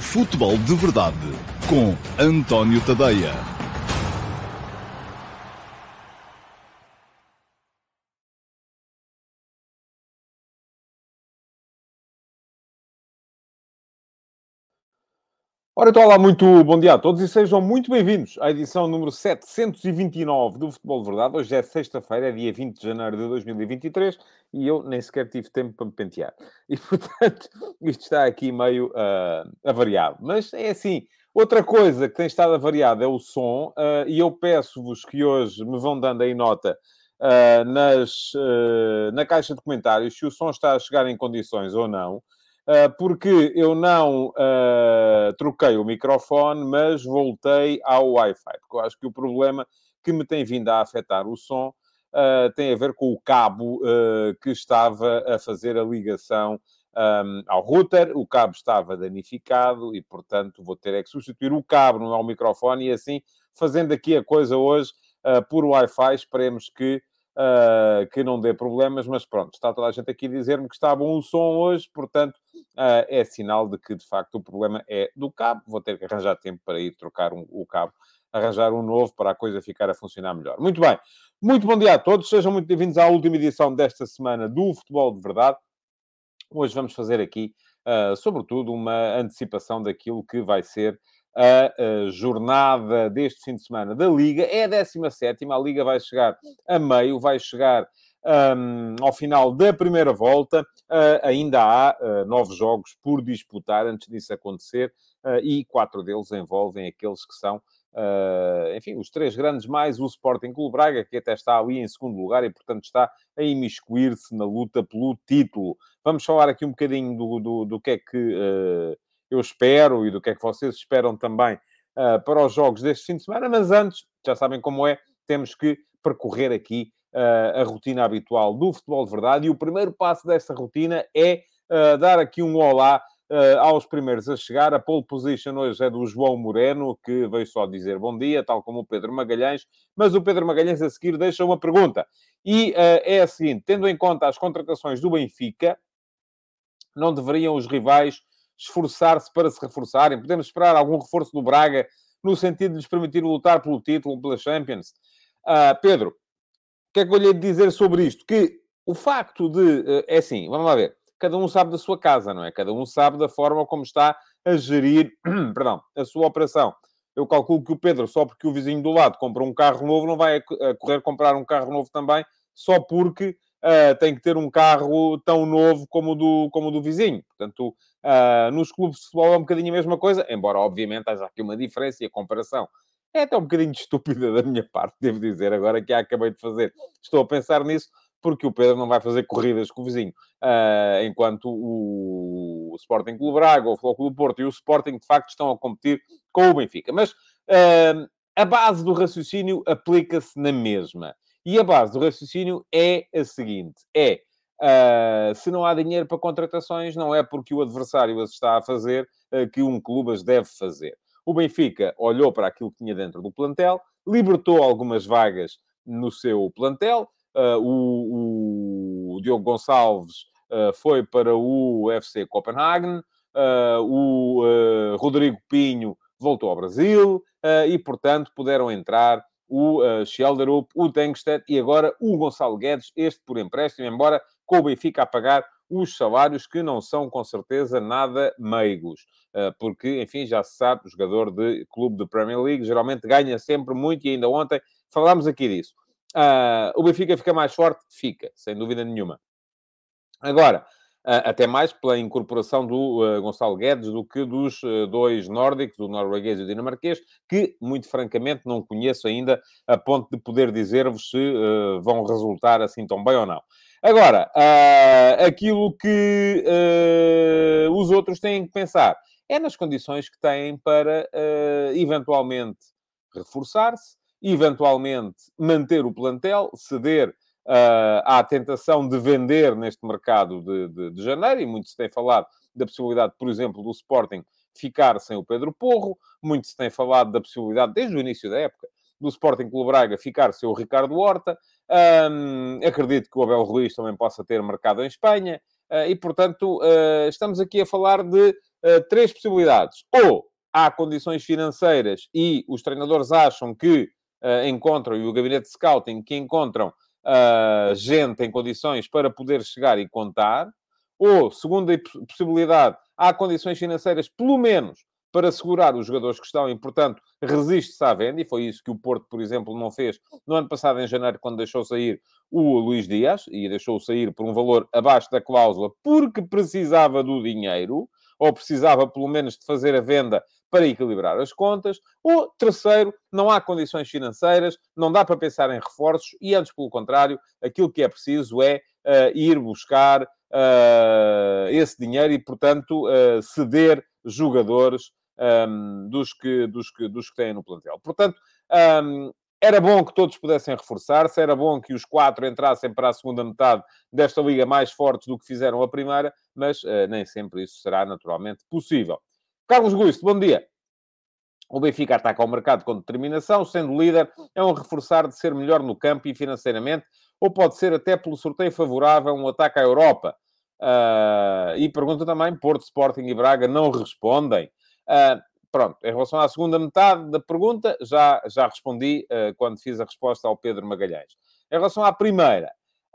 Futebol de Verdade com António Tadeia. Ora, então, olá, muito bom dia a todos e sejam muito bem-vindos à edição número 729 do Futebol de Verdade. Hoje é sexta-feira, é dia 20 de janeiro de 2023 e eu nem sequer tive tempo para me pentear. E, portanto, isto está aqui meio avariado. Mas é assim, outra coisa que tem estado avariado é o som e eu peço-vos que hoje me vão dando aí nota na caixa de comentários se o som está a chegar em condições ou não. Porque eu não troquei o microfone, mas voltei ao Wi-Fi. Porque eu acho que o problema que me tem vindo a afetar o som tem a ver com o cabo que estava a fazer a ligação ao router. O cabo estava danificado e, portanto, vou ter é que substituir o cabo no microfone e assim, fazendo aqui a coisa hoje por Wi-Fi, esperemos que não dê problemas, mas pronto, está toda a gente aqui a dizer-me que está bom o som hoje, portanto, é sinal de que, de facto, o problema é do cabo. Vou ter que arranjar tempo para ir trocar o cabo, arranjar um novo para a coisa ficar a funcionar melhor. Muito bem. Muito bom dia a todos. Sejam muito bem-vindos à última edição desta semana do Futebol de Verdade. Hoje vamos fazer aqui, sobretudo, uma antecipação daquilo que vai ser a jornada deste fim de semana da Liga. É a 17ª, a Liga vai chegar a meio, vai chegar ao final da primeira volta. Ainda há 9 jogos por disputar antes disso acontecer e 4 deles envolvem aqueles que são enfim, os 3 grandes, mais o Sporting Clube Braga, que até está ali em segundo lugar e, portanto, está a imiscuir-se na luta pelo título. Vamos falar aqui um bocadinho do que é que eu espero e do que é que vocês esperam também para os jogos deste fim de semana, mas antes, já sabem como é, temos que percorrer aqui a rotina habitual do Futebol de Verdade e o primeiro passo dessa rotina é dar aqui um olá aos primeiros a chegar. A pole position hoje é do João Moreno, que veio só dizer bom dia, tal como o Pedro Magalhães, mas o Pedro Magalhães a seguir deixa uma pergunta. E é a seguinte, tendo em conta as contratações do Benfica, não deveriam os rivais esforçar-se para se reforçarem? Podemos esperar algum reforço do Braga no sentido de lhes permitir lutar pelo título, pela Champions? Pedro, o que é que eu lhe dizer sobre isto? Que o facto de... é assim, vamos lá ver. Cada um sabe da sua casa, não é? Cada um sabe da forma como está a gerir, perdão, a sua operação. Eu calculo que o Pedro, só porque o vizinho do lado compra um carro novo, não vai a correr comprar um carro novo também, só porque tem que ter um carro tão novo como o do vizinho. Portanto, nos clubes de futebol é um bocadinho a mesma coisa, embora, obviamente, haja aqui uma diferença e a comparação é até um bocadinho estúpida da minha parte, devo dizer, agora que acabei de fazer. Estou a pensar nisso porque o Pedro não vai fazer corridas com o vizinho. Enquanto o Sporting Clube Braga, o Futebol Clube do Porto e o Sporting, de facto, estão a competir com o Benfica. Mas a base do raciocínio aplica-se na mesma. E a base do raciocínio é a seguinte: se não há dinheiro para contratações, não é porque o adversário as está a fazer que um clube as deve fazer. O Benfica olhou para aquilo que tinha dentro do plantel, libertou algumas vagas no seu plantel. O Diogo Gonçalves foi para o FC Copenhagen. O Rodrigo Pinho voltou ao Brasil. E, portanto, puderam entrar o Schelderup, o Tengsted e agora o Gonçalo Guedes, este por empréstimo, embora com o Benfica a pagar os salários que não são, com certeza, nada meigos. Porque, enfim, já se sabe, o jogador de clube de Premier League geralmente ganha sempre muito e ainda ontem falámos aqui disso. O Benfica fica mais forte? Fica, sem dúvida nenhuma. Agora, até mais pela incorporação do Gonçalo Guedes do que dos dois nórdicos, o norueguês e o dinamarquês, que, muito francamente, não conheço ainda a ponto de poder dizer-vos se vão resultar assim tão bem ou não. Agora, aquilo que os outros têm que pensar é nas condições que têm para, eventualmente, reforçar-se, eventualmente manter o plantel, ceder à tentação de vender neste mercado de janeiro, e muito se tem falado da possibilidade, por exemplo, do Sporting ficar sem o Pedro Porro, muito se tem falado da possibilidade, desde o início da época, do Sporting Clube Braga ficar sem o Ricardo Horta. Acredito que o Abel Ruiz também possa ter mercado em Espanha. E, portanto, estamos aqui a falar de três possibilidades. Ou há condições financeiras e os treinadores acham que encontram, e o gabinete de scouting, que encontram gente em condições para poder chegar e contar. Ou, segunda possibilidade, há condições financeiras, pelo menos, para segurar os jogadores que estão e, portanto, resiste-se à venda. E foi isso que o Porto, por exemplo, não fez no ano passado, em janeiro, quando deixou sair o Luís Dias, e deixou-o sair por um valor abaixo da cláusula, porque precisava do dinheiro, ou precisava, pelo menos, de fazer a venda para equilibrar as contas. Ou, terceiro, não há condições financeiras, não dá para pensar em reforços, e antes, pelo contrário, aquilo que é preciso é ir buscar esse dinheiro e, portanto, ceder jogadores dos que têm no plantel. Portanto, era bom que todos pudessem reforçar-se, era bom que os quatro entrassem para a segunda metade desta liga mais fortes do que fizeram a primeira, mas nem sempre isso será naturalmente possível. Carlos Guisto, bom dia. O Benfica ataca ao mercado com determinação, sendo líder, é um reforçar de ser melhor no campo e financeiramente, ou pode ser até pelo sorteio favorável, um ataque à Europa. E pergunta também, Porto, Sporting e Braga não respondem. Pronto, em relação à segunda metade da pergunta, já respondi quando fiz a resposta ao Pedro Magalhães. Em relação à primeira,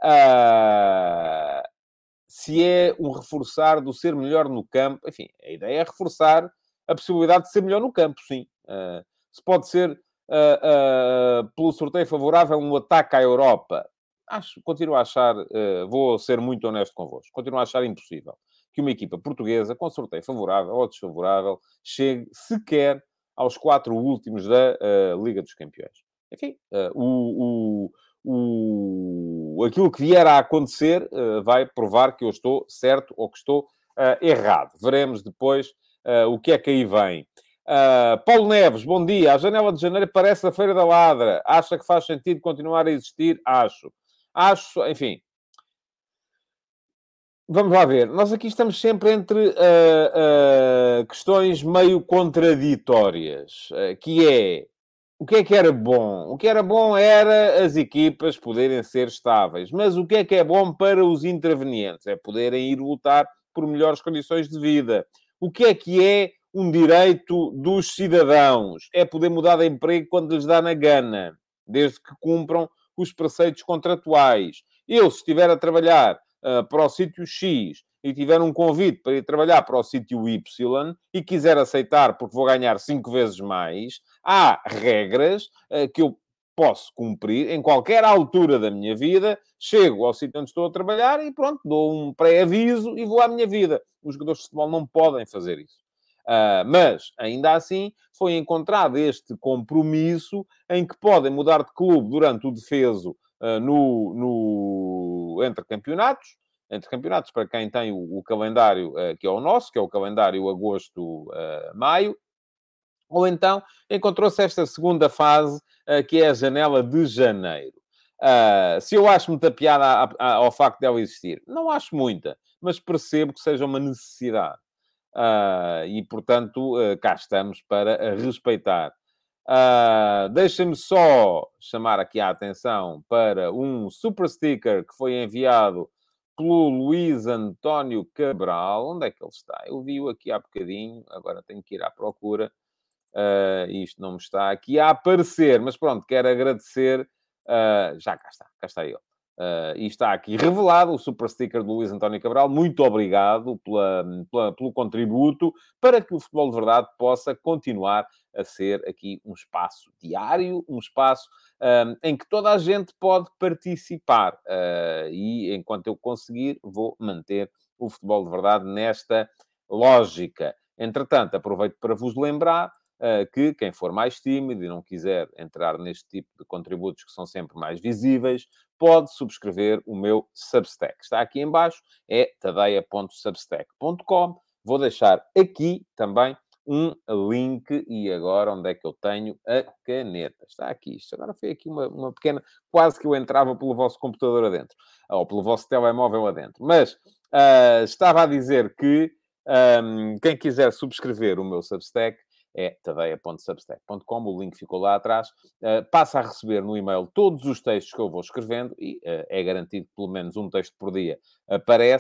se é um reforçar do ser melhor no campo, enfim, a ideia é reforçar a possibilidade de ser melhor no campo, sim. Se pode ser, pelo sorteio favorável, um ataque à Europa. Continuo a achar, vou ser muito honesto convosco, continuo a achar impossível que uma equipa portuguesa, com sorteio favorável ou desfavorável, chegue sequer aos 4 últimos da Liga dos Campeões. Enfim, aquilo que vier a acontecer vai provar que eu estou certo ou que estou errado. Veremos depois o que é que aí vem. Paulo Neves, bom dia. A janela de janeiro parece a Feira da Ladra. Acha que faz sentido continuar a existir? Acho, enfim. Vamos lá ver. Nós aqui estamos sempre entre questões meio contraditórias, que é o que é que era bom? O que era bom era as equipas poderem ser estáveis. Mas o que é bom para os intervenientes? É poderem ir lutar por melhores condições de vida. O que é um direito dos cidadãos? É poder mudar de emprego quando lhes dá na gana, desde que cumpram os preceitos contratuais. Eu, se estiver a trabalhar para o sítio X e tiver um convite para ir trabalhar para o sítio Y e quiser aceitar porque vou ganhar 5 vezes mais, há regras que eu posso cumprir em qualquer altura da minha vida. Chego ao sítio onde estou a trabalhar e pronto, dou um pré-aviso e vou à minha vida. Os jogadores de futebol não podem fazer isso. Mas, ainda assim, foi encontrado este compromisso em que podem mudar de clube durante o defeso entre campeonatos, para quem tem o calendário que é o nosso, que é o calendário agosto-maio, ou então encontrou-se esta segunda fase, que é a janela de janeiro. Se eu acho muita piada ao facto dela existir, não acho muita, mas percebo que seja uma necessidade. E, portanto, cá estamos para respeitar. Deixem-me só chamar aqui a atenção para um super sticker que foi enviado pelo Luís António Cabral. Onde é que ele está? Eu vi-o aqui há bocadinho, agora tenho que ir à procura. Isto não me está aqui a aparecer, mas pronto, quero agradecer. Já cá está ele. E está aqui revelado o super sticker do Luís António Cabral. Muito obrigado pelo contributo para que o Futebol de Verdade possa continuar a ser aqui um espaço diário, um espaço em que toda a gente pode participar. E enquanto eu conseguir, vou manter o Futebol de Verdade nesta lógica. Entretanto, aproveito para vos lembrar que quem for mais tímido e não quiser entrar neste tipo de contributos que são sempre mais visíveis, pode subscrever o meu Substack. Está aqui em baixo, é tadeia.substack.com. Vou deixar aqui também um link. E agora, onde é que eu tenho a caneta? Está aqui. Isto agora foi aqui uma pequena... Quase que eu entrava pelo vosso computador adentro. Ou pelo vosso telemóvel adentro. Mas estava a dizer que quem quiser subscrever o meu Substack é tadeia.substack.com, o link ficou lá atrás. Passa a receber no e-mail todos os textos que eu vou escrevendo e é garantido que pelo menos um texto por dia aparece.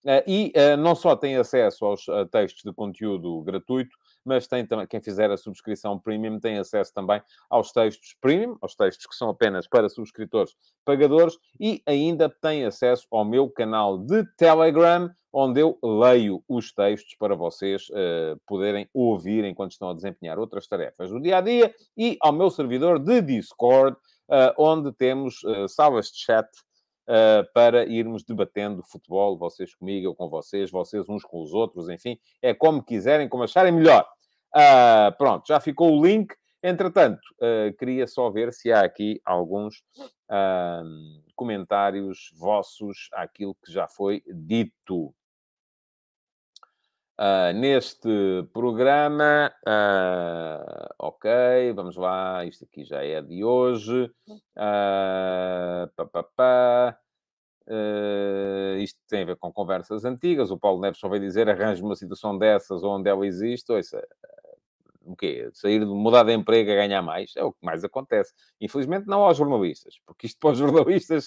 Não só tem acesso aos textos de conteúdo gratuito, mas tem também, quem fizer a subscrição premium tem acesso também aos textos premium, aos textos que são apenas para subscritores pagadores, e ainda tem acesso ao meu canal de Telegram, onde eu leio os textos para vocês poderem ouvir enquanto estão a desempenhar outras tarefas do dia a dia, e ao meu servidor de Discord, onde temos salas de chat para irmos debatendo futebol, vocês comigo, eu com vocês, vocês uns com os outros, enfim, é como quiserem, como acharem melhor. Pronto, já ficou o link. Entretanto, queria só ver se há aqui alguns comentários vossos àquilo que já foi dito. Neste programa, ok, vamos lá, isto aqui já é de hoje. Pá, pá, pá. Isto tem a ver com conversas antigas. O Paulo Neves só veio dizer: arranje uma situação dessas onde ela existe. Ouça, o quê? Sair, mudar de emprego a ganhar mais? É o que mais acontece. Infelizmente, não aos jornalistas, porque isto para os jornalistas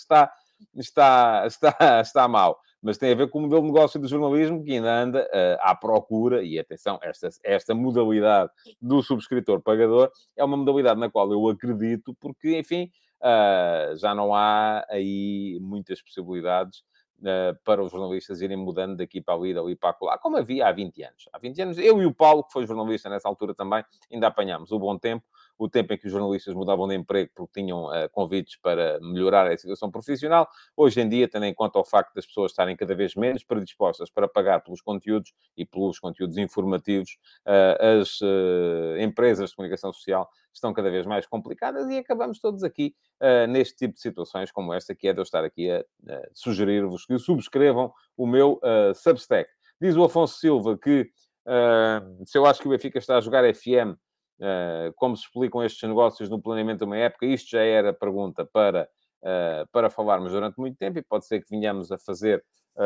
está mal. Mas tem a ver com o modelo de negócio do jornalismo que ainda anda à procura, e atenção, esta modalidade do subscritor pagador é uma modalidade na qual eu acredito, porque, enfim, já não há aí muitas possibilidades para os jornalistas irem mudando daqui para ali, dali para lá, como havia há 20 anos. Há 20 anos, eu e o Paulo, que foi jornalista nessa altura também, ainda apanhámos o bom tempo, o tempo em que os jornalistas mudavam de emprego porque tinham convites para melhorar a situação profissional. Hoje em dia, tendo em conta o facto das pessoas estarem cada vez menos predispostas para pagar pelos conteúdos e pelos conteúdos informativos, as empresas de comunicação social estão cada vez mais complicadas e acabamos todos aqui neste tipo de situações como esta, que é de eu estar aqui a sugerir-vos que subscrevam o meu Substack. Diz o Afonso Silva que se eu acho que o Benfica está a jogar FM, como se explicam estes negócios no planeamento de uma época, isto já era pergunta para falarmos durante muito tempo, e pode ser que venhamos a fazer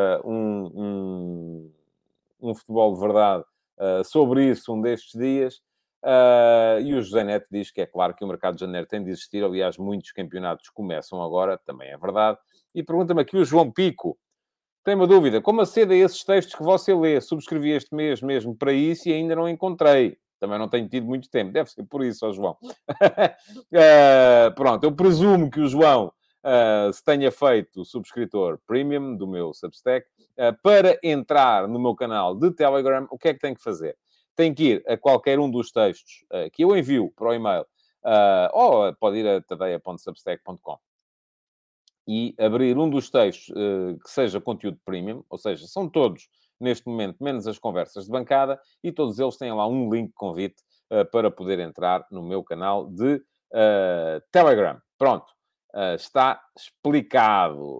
um futebol de verdade sobre isso um destes dias. E o José Neto diz que é claro que o mercado de janeiro tem de existir. Aliás, muitos campeonatos começam agora, também é verdade. E pergunta-me aqui o João Pico. Tem uma dúvida. Como acede a esses textos que você lê? Subscrevi este mês mesmo para isso e ainda não encontrei. Também não tenho tido muito tempo. Deve ser por isso, ó João. Pronto, eu presumo que o João se tenha feito subscritor premium do meu Substack. Para entrar no meu canal de Telegram, o que é que tem que fazer? Tem que ir a qualquer um dos textos que eu envio para o e-mail, ou pode ir a tadeia.substack.com e abrir um dos textos que seja conteúdo premium, ou seja, são todos, neste momento, menos as conversas de bancada, e todos eles têm lá um link de convite para poder entrar no meu canal de Telegram. Pronto. Está explicado.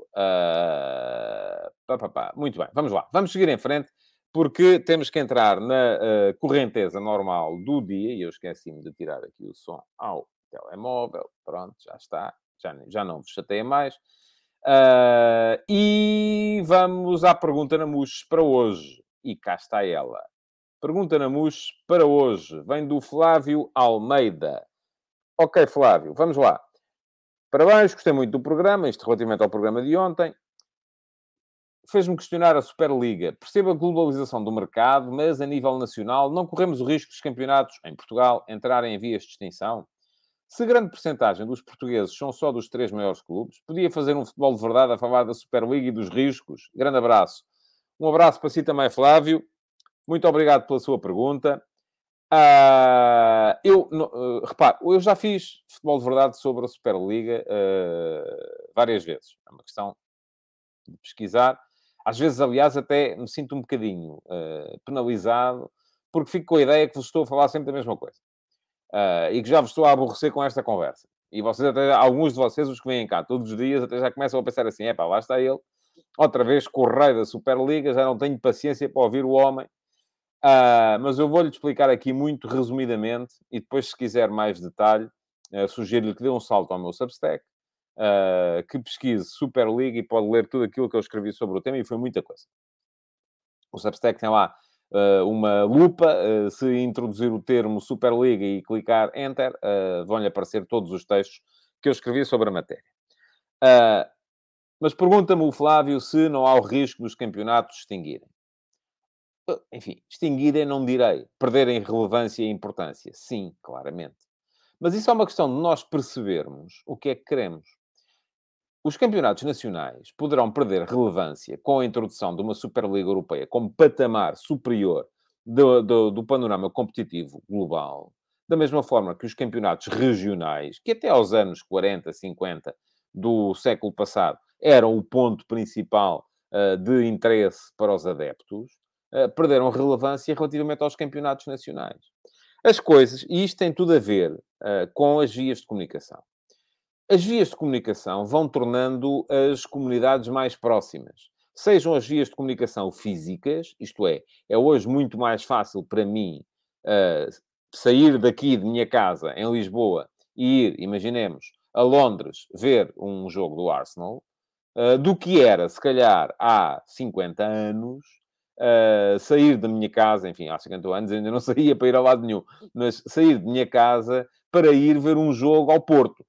Muito bem, vamos lá. Vamos seguir em frente, porque temos que entrar na correnteza normal do dia, e eu esqueci-me de tirar aqui o som ao telemóvel. Pronto, já está. Já não vos chateia mais. E vamos à pergunta na MUS para hoje. E cá está ela. Pergunta na MUS para hoje. Vem do Flávio Almeida. Ok, Flávio, vamos lá. Parabéns, gostei muito do programa. Isto relativamente ao programa de ontem. Fez-me questionar a Superliga. Percebo a globalização do mercado, mas a nível nacional não corremos o risco dos campeonatos em Portugal entrarem em vias de extinção? Se grande percentagem dos portugueses são só dos 3 maiores clubes, podia fazer um futebol de verdade a falar da Superliga e dos riscos? Grande abraço. Um abraço para si também, Flávio. Muito obrigado pela sua pergunta. Repare, eu já fiz futebol de verdade sobre a Superliga várias vezes. É uma questão de pesquisar. Às vezes, aliás, até me sinto um bocadinho penalizado, porque fico com a ideia que vos estou a falar sempre da mesma coisa. E que já vos estou a aborrecer com esta conversa. E vocês até, alguns de vocês, os que vêm cá todos os dias, até já começam a pensar assim, lá está ele, outra vez com o rei da Superliga, já não tenho paciência para ouvir o homem. Mas eu vou-lhe explicar aqui muito resumidamente, e depois, se quiser mais detalhe, sugiro-lhe que dê um salto ao meu Substack, que pesquise Superliga e pode ler tudo aquilo que eu escrevi sobre o tema, e foi muita coisa. O Substack tem lá uma lupa. Se introduzir o termo Superliga e clicar Enter, vão-lhe aparecer todos os textos que eu escrevi sobre a matéria. Mas pergunta-me o Flávio se não há o risco dos campeonatos se extinguirem. Enfim, extinguirem não direi. Perderem relevância e importância. Sim, claramente. Mas isso é uma questão de nós percebermos o que é que queremos. Os campeonatos nacionais poderão perder relevância com a introdução de uma Superliga Europeia como patamar superior do panorama competitivo global, da mesma forma que os campeonatos regionais, que até aos anos 40, 50 do século passado eram o ponto principal de interesse para os adeptos, perderam relevância relativamente aos campeonatos nacionais. As coisas, e isto tem tudo a ver com as vias de comunicação. As vias de comunicação vão tornando as comunidades mais próximas. Sejam as vias de comunicação físicas, isto é hoje muito mais fácil para mim uh, sair daqui de minha casa, em Lisboa, e ir, imaginemos, a Londres ver um jogo do Arsenal, do que era, se calhar, há 50 anos, sair da minha casa, enfim, há 50 anos ainda não saía para ir a lado nenhum, mas sair de minha casa para ir ver um jogo ao Porto.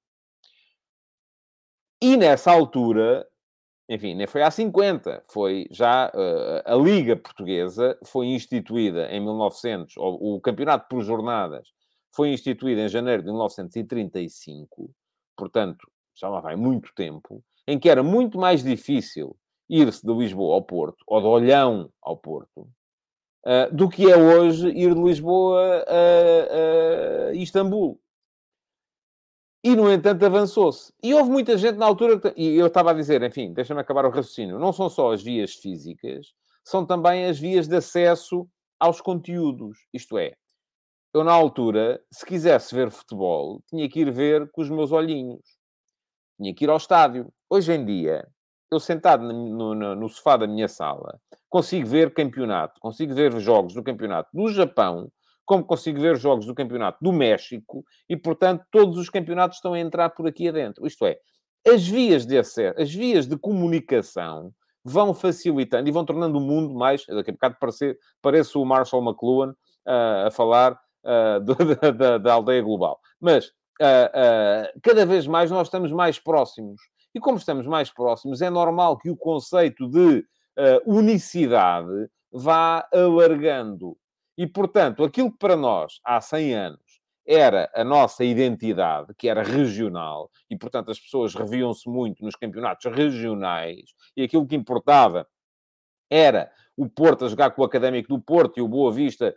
E nessa altura, enfim, nem foi há 50, foi já a Liga Portuguesa foi instituída em 1900, ou o campeonato por jornadas foi instituído em janeiro de 1935, portanto, já lá vai muito tempo, em que era muito mais difícil ir-se de Lisboa ao Porto, ou de Olhão ao Porto, do que é hoje ir de Lisboa a Istambul. E, no entanto, avançou-se. E houve muita gente na altura... E eu estava a dizer, enfim, deixa-me acabar o raciocínio. Não são só as vias físicas, são também as vias de acesso aos conteúdos. Isto é, eu, na altura, se quisesse ver futebol, tinha que ir ver com os meus olhinhos. Tinha que ir ao estádio. Hoje em dia, eu sentado no sofá da minha sala, consigo ver campeonato, consigo ver jogos do campeonato do Japão, como consigo ver jogos do campeonato do México, e, portanto, todos os campeonatos estão a entrar por aqui adentro. Isto é, as vias de acesso, as vias de comunicação vão facilitando e vão tornando o mundo mais... Daqui a bocado parece o Marshall McLuhan a falar da aldeia global. Mas cada vez mais nós estamos mais próximos. E como estamos mais próximos, é normal que o conceito de unicidade vá alargando. E, portanto, aquilo que para nós, há 100 anos, era a nossa identidade, que era regional, e, portanto, as pessoas reviam-se muito nos campeonatos regionais, e aquilo que importava era o Porto a jogar com o Académico do Porto e o Boa Vista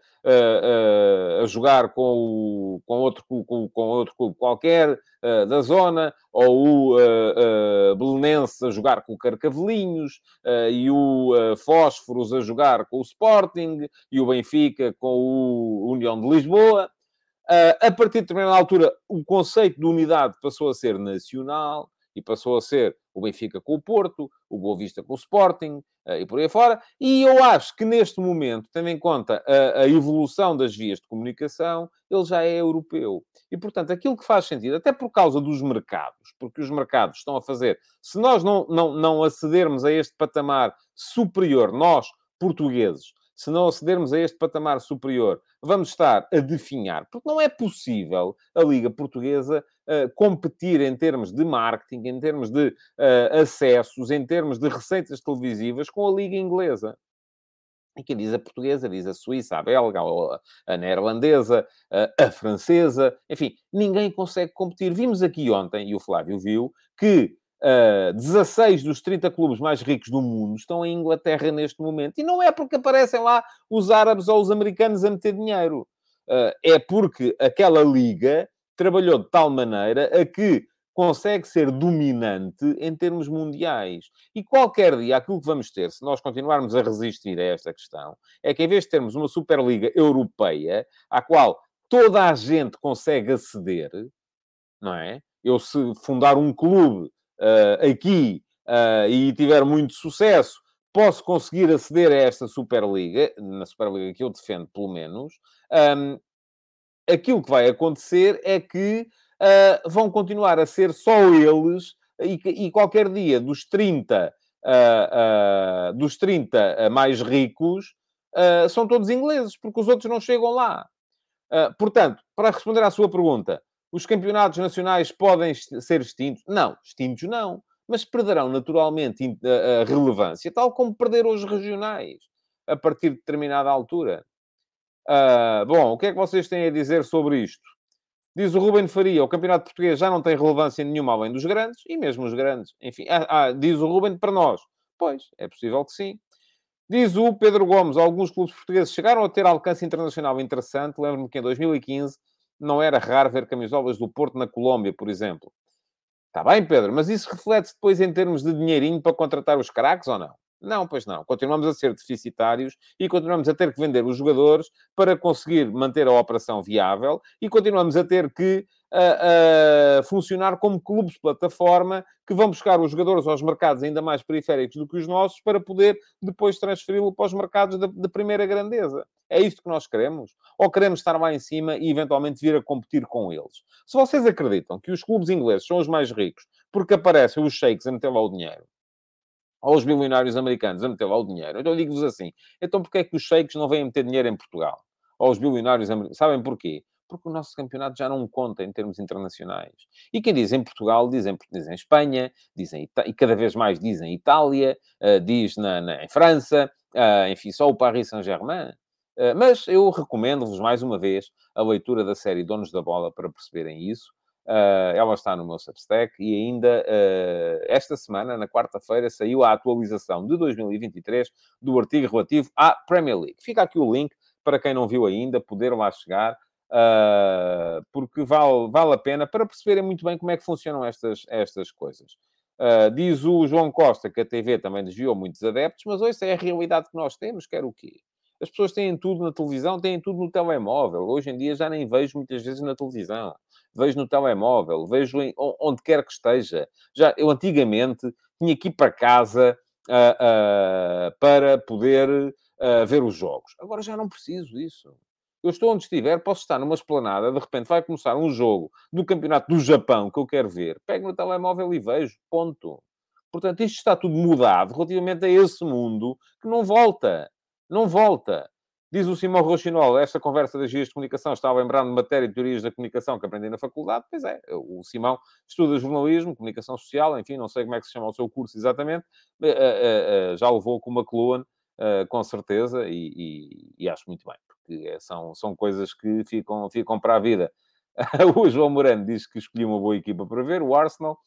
a jogar com outro clube qualquer da zona, ou o Belenenses a jogar com o Carcavelinhos, e o Fósforos a jogar com o Sporting, e o Benfica com o União de Lisboa. A partir de determinada altura, o conceito de unidade passou a ser nacional e passou a ser o Benfica com o Porto, o Boa Vista com o Sporting, e por aí fora. E eu acho que neste momento, tendo em conta a evolução das vias de comunicação, ele já é europeu. E, portanto, aquilo que faz sentido, até por causa dos mercados, porque os mercados estão a fazer... Se nós não acedermos a este patamar superior, nós, portugueses, se não acedermos a este patamar superior, vamos estar a definhar, porque não é possível a Liga Portuguesa competir em termos de marketing, em termos de acessos, em termos de receitas televisivas com a Liga Inglesa. E quem diz a portuguesa, diz a suíça, a belga, a neerlandesa, a francesa, enfim, ninguém consegue competir. Vimos aqui ontem, e o Flávio viu, que 16 dos 30 clubes mais ricos do mundo estão em Inglaterra neste momento. E não é porque aparecem lá os árabes ou os americanos a meter dinheiro. É porque aquela liga trabalhou de tal maneira a que consegue ser dominante em termos mundiais. E qualquer dia, aquilo que vamos ter, se nós continuarmos a resistir a esta questão, é que em vez de termos uma Superliga Europeia, à qual toda a gente consegue aceder, não é? Eu, se fundar um clube aqui e tiver muito sucesso, posso conseguir aceder a esta Superliga, na Superliga que eu defendo, pelo menos. Aquilo que vai acontecer é que vão continuar a ser só eles, e qualquer dia dos 30 mais ricos, são todos ingleses, porque os outros não chegam lá. Portanto, para responder à sua pergunta, os campeonatos nacionais podem ser extintos? Não, extintos não. mas perderão naturalmente a relevância, tal como perderam os regionais, a partir de determinada altura. Bom, o que é que vocês têm a dizer sobre isto? Diz o Ruben Faria, o campeonato português já não tem relevância nenhuma além dos grandes, e mesmo os grandes. Enfim, diz o Ruben para nós. Pois, é possível que sim. Diz o Pedro Gomes, alguns clubes portugueses chegaram a ter alcance internacional interessante. Lembro-me que em 2015 não era raro ver camisolas do Porto na Colômbia, por exemplo. Está bem, Pedro, mas isso reflete depois em termos de dinheirinho para contratar os craques ou não? Não, pois não. Continuamos a ser deficitários e continuamos a ter que vender os jogadores para conseguir manter a operação viável e continuamos a ter que funcionar como clubes plataforma que vão buscar os jogadores aos mercados ainda mais periféricos do que os nossos para poder depois transferi-lo para os mercados de primeira grandeza. É isto que nós queremos? Ou queremos estar lá em cima e eventualmente vir a competir com eles? Se vocês acreditam que os clubes ingleses são os mais ricos porque aparecem os sheiks a meter lá o dinheiro, ou os milionários americanos a meter lá o dinheiro, então eu digo-vos assim, então porquê é que os sheiks não vêm meter dinheiro em Portugal? Ou os bilionários americanos? Sabem porquê? Porque o nosso campeonato já não conta em termos internacionais. E quem diz em Portugal, dizem Espanha, dizem e cada vez mais dizem Itália, diz em França, enfim, só o Paris Saint-Germain. Mas eu recomendo-vos, mais uma vez, a leitura da série Donos da Bola para perceberem isso. Ela está no meu Substack e ainda esta semana, na quarta-feira, saiu a atualização de 2023 do artigo relativo à Premier League. Fica aqui o link para quem não viu ainda, poder lá chegar, porque vale a pena para perceberem muito bem como é que funcionam estas coisas. Diz o João Costa que a TV também desviou muitos adeptos, mas essa é a realidade que nós temos, quer o quê? As pessoas têm tudo na televisão, têm tudo no telemóvel. Hoje em dia já nem vejo muitas vezes na televisão. Vejo no telemóvel, vejo onde quer que esteja. Eu antigamente tinha que ir para casa para poder ver os jogos. Agora já não preciso disso. Eu estou onde estiver, posso estar numa esplanada, de repente vai começar um jogo do Campeonato do Japão que eu quero ver. Pego no telemóvel e vejo. Ponto. Portanto, isto está tudo mudado relativamente a esse mundo que não volta. Não volta. Diz o Simão Rochinol, esta conversa das guias de comunicação está a lembrar-me de matéria de teorias da comunicação que aprendi na faculdade. Pois é, o Simão estuda jornalismo, comunicação social, enfim, não sei como é que se chama o seu curso exatamente. Já levou com uma McLuhan, com certeza, e acho muito bem, porque são coisas que ficam para a vida. O João Moreno diz que escolhi uma boa equipa para ver, o Arsenal.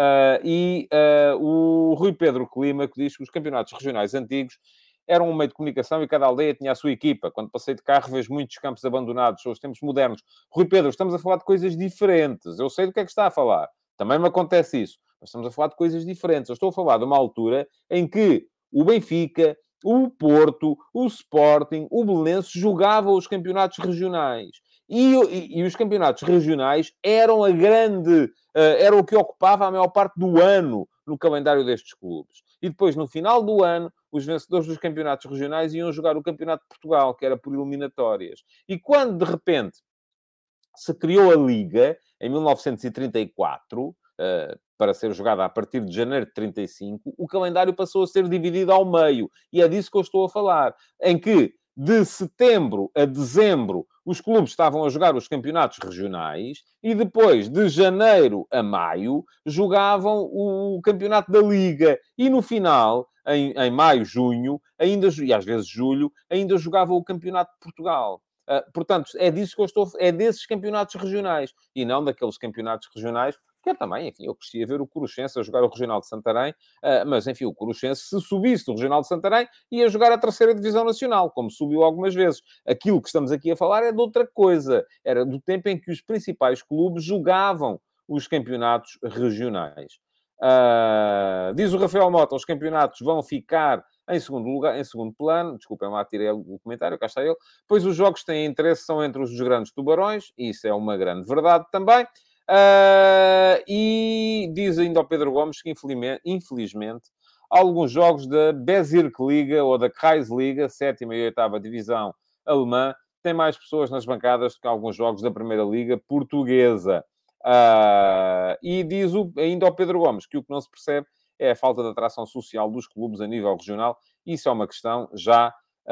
O Rui Pedro Clima, que diz que os campeonatos regionais antigos eram um meio de comunicação e cada aldeia tinha a sua equipa. Quando passei de carro, vejo muitos campos abandonados. São os tempos modernos. Rui Pedro, estamos a falar de coisas diferentes. Eu sei do que é que está a falar. Também me acontece isso. Mas estamos a falar de coisas diferentes. Eu estou a falar de uma altura em que o Benfica, o Porto, o Sporting, o Belenenses jogavam os campeonatos regionais. E os campeonatos regionais eram era o que ocupava a maior parte do ano no calendário destes clubes. E depois, no final do ano, os vencedores dos campeonatos regionais iam jogar o Campeonato de Portugal, que era por eliminatórias. E quando, de repente, se criou a Liga, em 1934, para ser jogada a partir de janeiro de 35, o calendário passou a ser dividido ao meio. E é disso que eu estou a falar. Em que, de setembro a dezembro, os clubes estavam a jogar os campeonatos regionais e depois, de janeiro a maio, jogavam o campeonato da Liga. E no final, em maio, junho, e às vezes julho, ainda jogavam o campeonato de Portugal. Portanto, é disso que eu estou... É desses campeonatos regionais. E não daqueles campeonatos regionais que eu também, enfim, eu crescia ver o Coruchense a jogar o Regional de Santarém, mas, enfim, o Coruchense, se subisse do Regional de Santarém, ia jogar a terceira Divisão Nacional, como subiu algumas vezes. Aquilo que estamos aqui a falar é de outra coisa. Era do tempo em que os principais clubes jogavam os campeonatos regionais. Diz o Rafael Mota, os campeonatos vão ficar em segundo lugar, em segundo plano. Desculpem lá, tirei o comentário, cá está ele. Pois os jogos que têm interesse são entre os grandes tubarões, e isso é uma grande verdade também. E diz ainda ao Pedro Gomes que, infelizmente, alguns jogos da Bezirksliga ou da Kreisliga, sétima e oitava divisão alemã, têm mais pessoas nas bancadas do que alguns jogos da Primeira Liga portuguesa. E diz ainda ao Pedro Gomes que o que não se percebe é a falta de atração social dos clubes a nível regional. Isso é uma questão já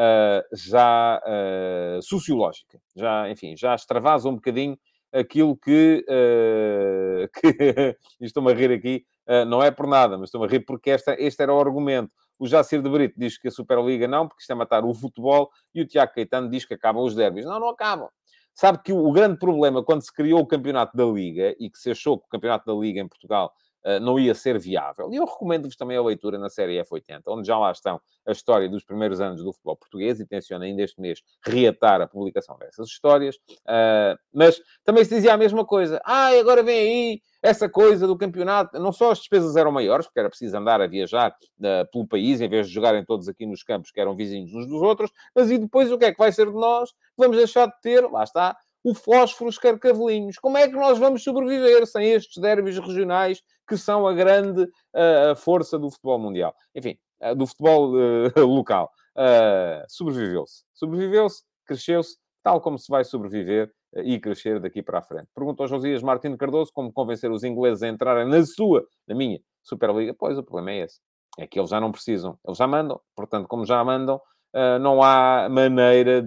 sociológica. Enfim, já extravasa um bocadinho aquilo que estou-me a rir aqui, Não é por nada, mas estou-me a rir porque este era o argumento. O Jacir de Brito diz que a Superliga não, porque isto é matar o futebol, e o Tiago Caetano diz que acabam os derbys. Não, não acabam. Sabe que o grande problema, quando se criou o campeonato da Liga, e que se achou que o campeonato da Liga em Portugal não ia ser viável, e eu recomendo-vos também a leitura na série F80, onde já lá estão a história dos primeiros anos do futebol português, e tenciono ainda este mês reatar a publicação dessas histórias, mas também se dizia a mesma coisa. Agora vem aí essa coisa do campeonato. Não só as despesas eram maiores, porque era preciso andar a viajar pelo país, em vez de jogarem todos aqui nos campos que eram vizinhos uns dos outros, mas e depois o que é que vai ser de nós? Vamos deixar de ter, lá está, o fósforo Carcavelinhos. Como é que nós vamos sobreviver sem estes derbys regionais que são a grande força do futebol mundial? Enfim, do futebol local. Sobreviveu-se. Sobreviveu-se, cresceu-se, tal como se vai sobreviver e crescer daqui para a frente. Pergunta ao Josias Martins Cardoso como convencer os ingleses a entrarem na minha Superliga. Pois, o problema é esse. É que eles já não precisam. Eles já mandam. Portanto, como já mandam, não há maneira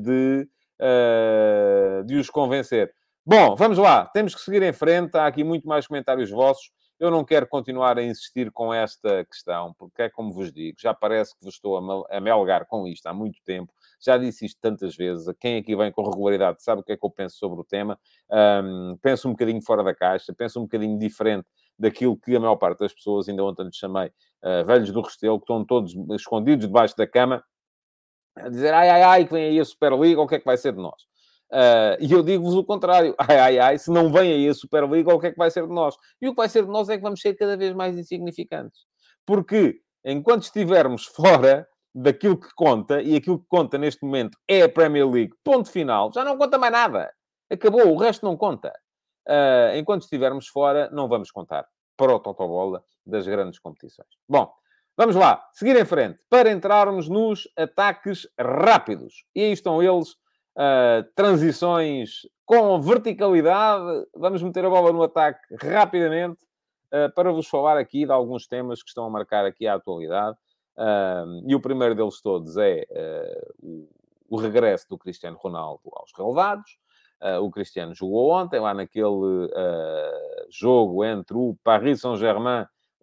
de os convencer. Bom, vamos lá. Temos que seguir em frente. Há aqui muito mais comentários vossos. Eu não quero continuar a insistir com esta questão, porque é como vos digo, já parece que vos estou a melgar com isto há muito tempo. Já disse isto tantas vezes. Quem aqui vem com regularidade sabe o que é que eu penso sobre o tema. Penso um bocadinho fora da caixa, penso um bocadinho diferente daquilo que a maior parte das pessoas, ainda ontem lhes chamei velhos do Restelo, que estão todos escondidos debaixo da cama, a dizer, que vem aí a Superliga, o que é que vai ser de nós? E eu digo-vos o contrário. Se não vem aí a Superliga, o que é que vai ser de nós? E o que vai ser de nós é que vamos ser cada vez mais insignificantes. Porque, enquanto estivermos fora daquilo que conta, e aquilo que conta neste momento é a Premier League, ponto final, já não conta mais nada. Acabou, o resto não conta. Enquanto estivermos fora, não vamos contar para o Totobola das grandes competições. Bom, vamos lá, seguir em frente, para entrarmos nos ataques rápidos. E aí estão eles, transições com verticalidade. Vamos meter a bola no ataque rapidamente, para vos falar aqui de alguns temas que estão a marcar aqui a atualidade. E o primeiro deles todos é o regresso do Cristiano Ronaldo aos relevados. O Cristiano jogou ontem, lá naquele jogo entre o Paris Saint-Germain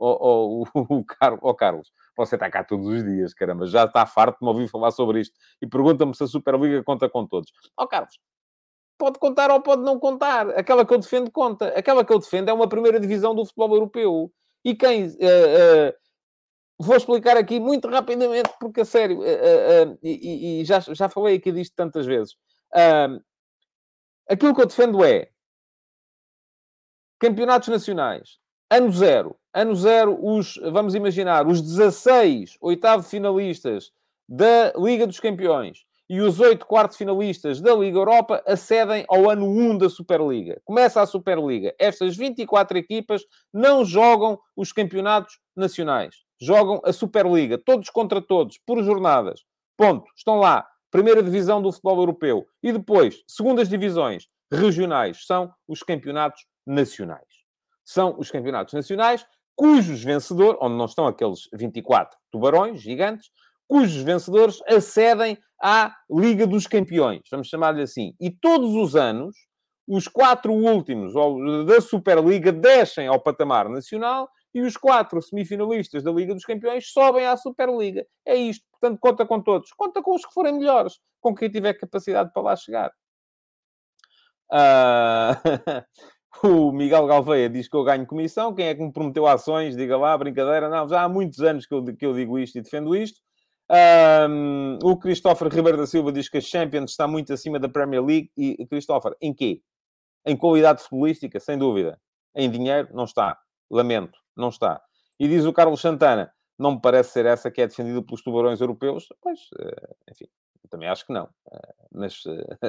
o Carlos. Você está cá todos os dias, caramba. Já está farto de me ouvir falar sobre isto. E pergunta-me se a Superliga conta com todos. Carlos, pode contar ou pode não contar. Aquela que eu defendo, conta. Aquela que eu defendo é uma primeira divisão do futebol europeu. E quem... vou explicar aqui muito rapidamente, porque, a sério, e já falei aqui disto tantas vezes. Aquilo que eu defendo é campeonatos nacionais. Ano zero. Ano zero, vamos imaginar, os 16 oitavo finalistas da Liga dos Campeões e os 8 quarto finalistas da Liga Europa acedem ao ano 1 da Superliga. Começa a Superliga. Estas 24 equipas não jogam os campeonatos nacionais. Jogam a Superliga. Todos contra todos, por jornadas. Ponto. Estão lá. Primeira divisão do futebol europeu. E depois, segundas divisões regionais. São os campeonatos nacionais. São os campeonatos nacionais cujos vencedores, onde não estão aqueles 24 tubarões gigantes, cujos vencedores acedem à Liga dos Campeões, vamos chamar-lhe assim. E todos os anos, os 4 últimos da Superliga descem ao patamar nacional e os 4 semifinalistas da Liga dos Campeões sobem à Superliga. É isto. Portanto, conta com todos. Conta com os que forem melhores, com quem tiver capacidade para lá chegar. O Miguel Galveia diz que eu ganho comissão. Quem é que me prometeu ações? Diga lá, brincadeira. Não, já há muitos anos que eu digo isto e defendo isto. O Christopher Ribeiro da Silva diz que a Champions está muito acima da Premier League. E, Christopher, em quê? Em qualidade futebolística, sem dúvida. Em dinheiro, não está. Lamento, não está. E diz o Carlos Santana, não me parece ser essa que é defendida pelos tubarões europeus. Pois, enfim, eu também acho que não. Mas...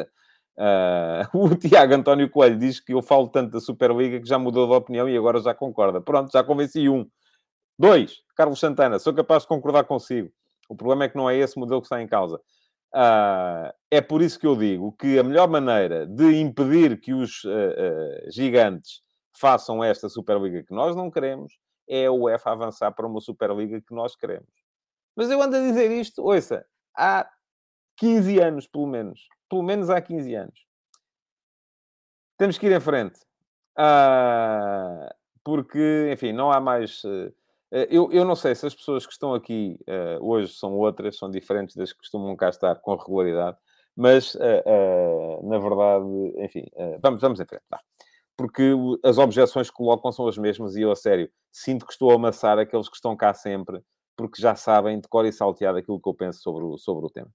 o Tiago António Coelho diz que eu falo tanto da Superliga que já mudou de opinião e agora já concorda. Pronto, já convenci um. 2, Carlos Santana, sou capaz de concordar consigo. O problema é que não é esse modelo que está em causa. É por isso que eu digo que a melhor maneira de impedir que os gigantes façam esta Superliga que nós não queremos é a UEFA avançar para uma Superliga que nós queremos. Mas eu ando a dizer isto, ouça, há 15 anos, pelo menos. Pelo menos há 15 anos. Temos que ir em frente. porque, enfim, não há mais... eu não sei se as pessoas que estão aqui hoje são outras, são diferentes das que costumam cá estar com regularidade, mas, na verdade, enfim, vamos em frente, vá. Porque as objeções que colocam são as mesmas e eu, a sério, sinto que estou a amassar aqueles que estão cá sempre, porque já sabem de cor e salteado aquilo que eu penso sobre o tema.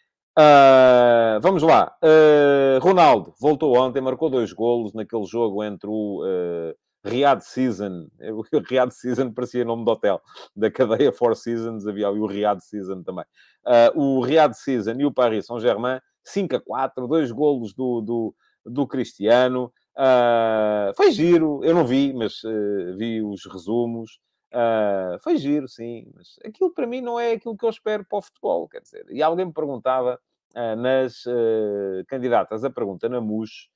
Vamos lá. Ronaldo voltou ontem, marcou 2 golos naquele jogo entre o Riyadh Season. O Riyadh Season parecia nome de hotel. Da cadeia Four Seasons havia ali o Riyadh Season também. O Riyadh Season e o Paris Saint-Germain, 5-4, 2 golos do Cristiano. Foi giro. Eu não vi, mas vi os resumos. Foi giro, sim. Mas aquilo para mim não é aquilo que eu espero para o futebol, quer dizer. E alguém me perguntava nas candidatas a pergunta na MUS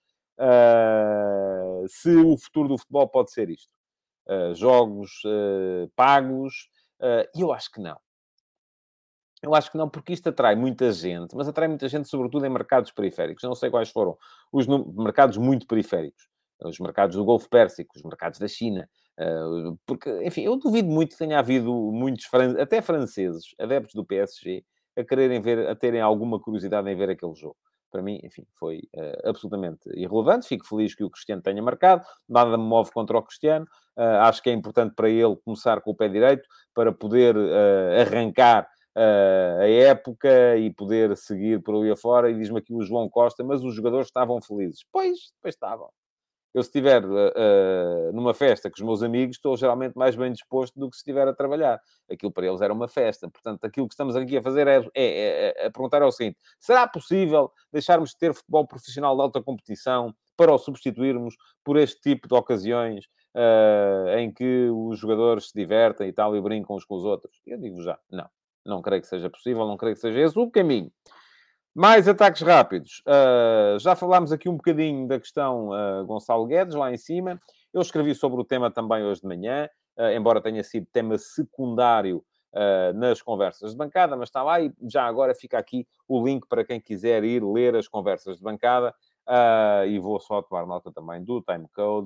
se o futuro do futebol pode ser isto. Jogos pagos. E eu acho que não. Eu acho que não, porque isto atrai muita gente, mas atrai muita gente, sobretudo em mercados periféricos. Eu não sei quais foram os mercados muito periféricos. Os mercados do Golfo Pérsico, os mercados da China. Porque, enfim, eu duvido muito que tenha havido muitos, até franceses, adeptos do PSG, a quererem ver, a terem alguma curiosidade em ver aquele jogo. Para mim, enfim, foi absolutamente irrelevante. Fico feliz que o Cristiano tenha marcado. Nada me move contra o Cristiano. Acho que é importante para ele começar com o pé direito, para poder arrancar a época e poder seguir por ali afora. E diz-me aqui o João Costa, mas os jogadores estavam felizes. Pois estavam. Eu, se estiver numa festa com os meus amigos, estou geralmente mais bem disposto do que se estiver a trabalhar. Aquilo para eles era uma festa. Portanto, aquilo que estamos aqui a fazer a perguntar é o seguinte: será possível deixarmos de ter futebol profissional de alta competição para o substituirmos por este tipo de ocasiões em que os jogadores se divertem e tal e brincam uns com os outros? Eu digo já, não. Não creio que seja possível, não creio que seja esse o caminho. Mais ataques rápidos. Já falámos aqui um bocadinho da questão Gonçalo Guedes, lá em cima. Eu escrevi sobre o tema também hoje de manhã, embora tenha sido tema secundário nas conversas de bancada, mas está lá e já agora fica aqui o link para quem quiser ir ler as conversas de bancada. E vou só tomar nota também do timecode.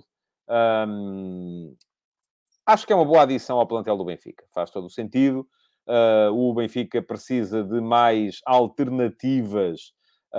Acho que é uma boa adição ao plantel do Benfica. Faz todo o sentido. O Benfica precisa de mais alternativas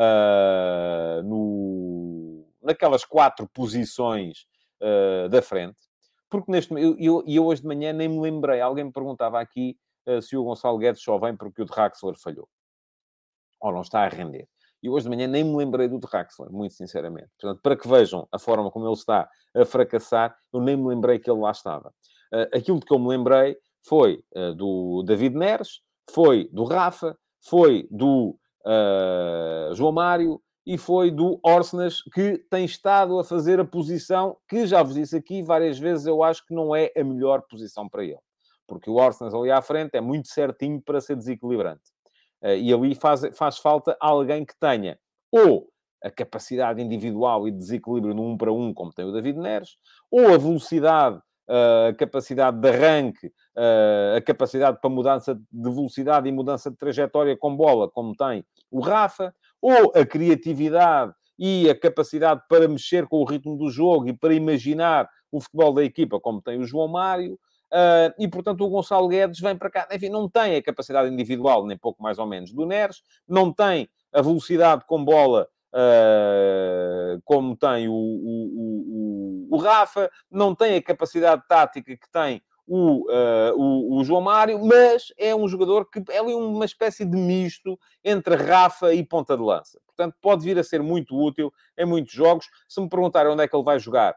naquelas 4 posições da frente. Porque eu hoje de manhã nem me lembrei. Alguém me perguntava aqui se o Gonçalo Guedes só vem porque o de Draxler falhou. Ou não está a render. E hoje de manhã nem me lembrei do de Draxler, muito sinceramente. Portanto, para que vejam a forma como ele está a fracassar, eu nem me lembrei que ele lá estava. Aquilo de que eu me lembrei foi do David Neres, foi do Rafa, foi do João Mário e foi do Orsnes, que tem estado a fazer a posição que, já vos disse aqui várias vezes, eu acho que não é a melhor posição para ele. Porque o Orsnes ali à frente é muito certinho para ser desequilibrante. E ali faz falta alguém que tenha ou a capacidade individual e de desequilíbrio no 1 para 1, como tem o David Neres, ou a velocidade, a capacidade de arranque, a capacidade para mudança de velocidade e mudança de trajetória com bola, como tem o Rafa, ou a criatividade e a capacidade para mexer com o ritmo do jogo e para imaginar o futebol da equipa, como tem o João Mário. E, portanto, o Gonçalo Guedes vem para cá. Enfim, não tem a capacidade individual, nem pouco mais ou menos, do Neres. Não tem a velocidade com bola como tem o Rafa. Não tem a capacidade tática que tem o João Mário. Mas é um jogador que é ali uma espécie de misto entre Rafa e ponta de lança. Portanto, pode vir a ser muito útil em muitos jogos. Se me perguntarem onde é que ele vai jogar...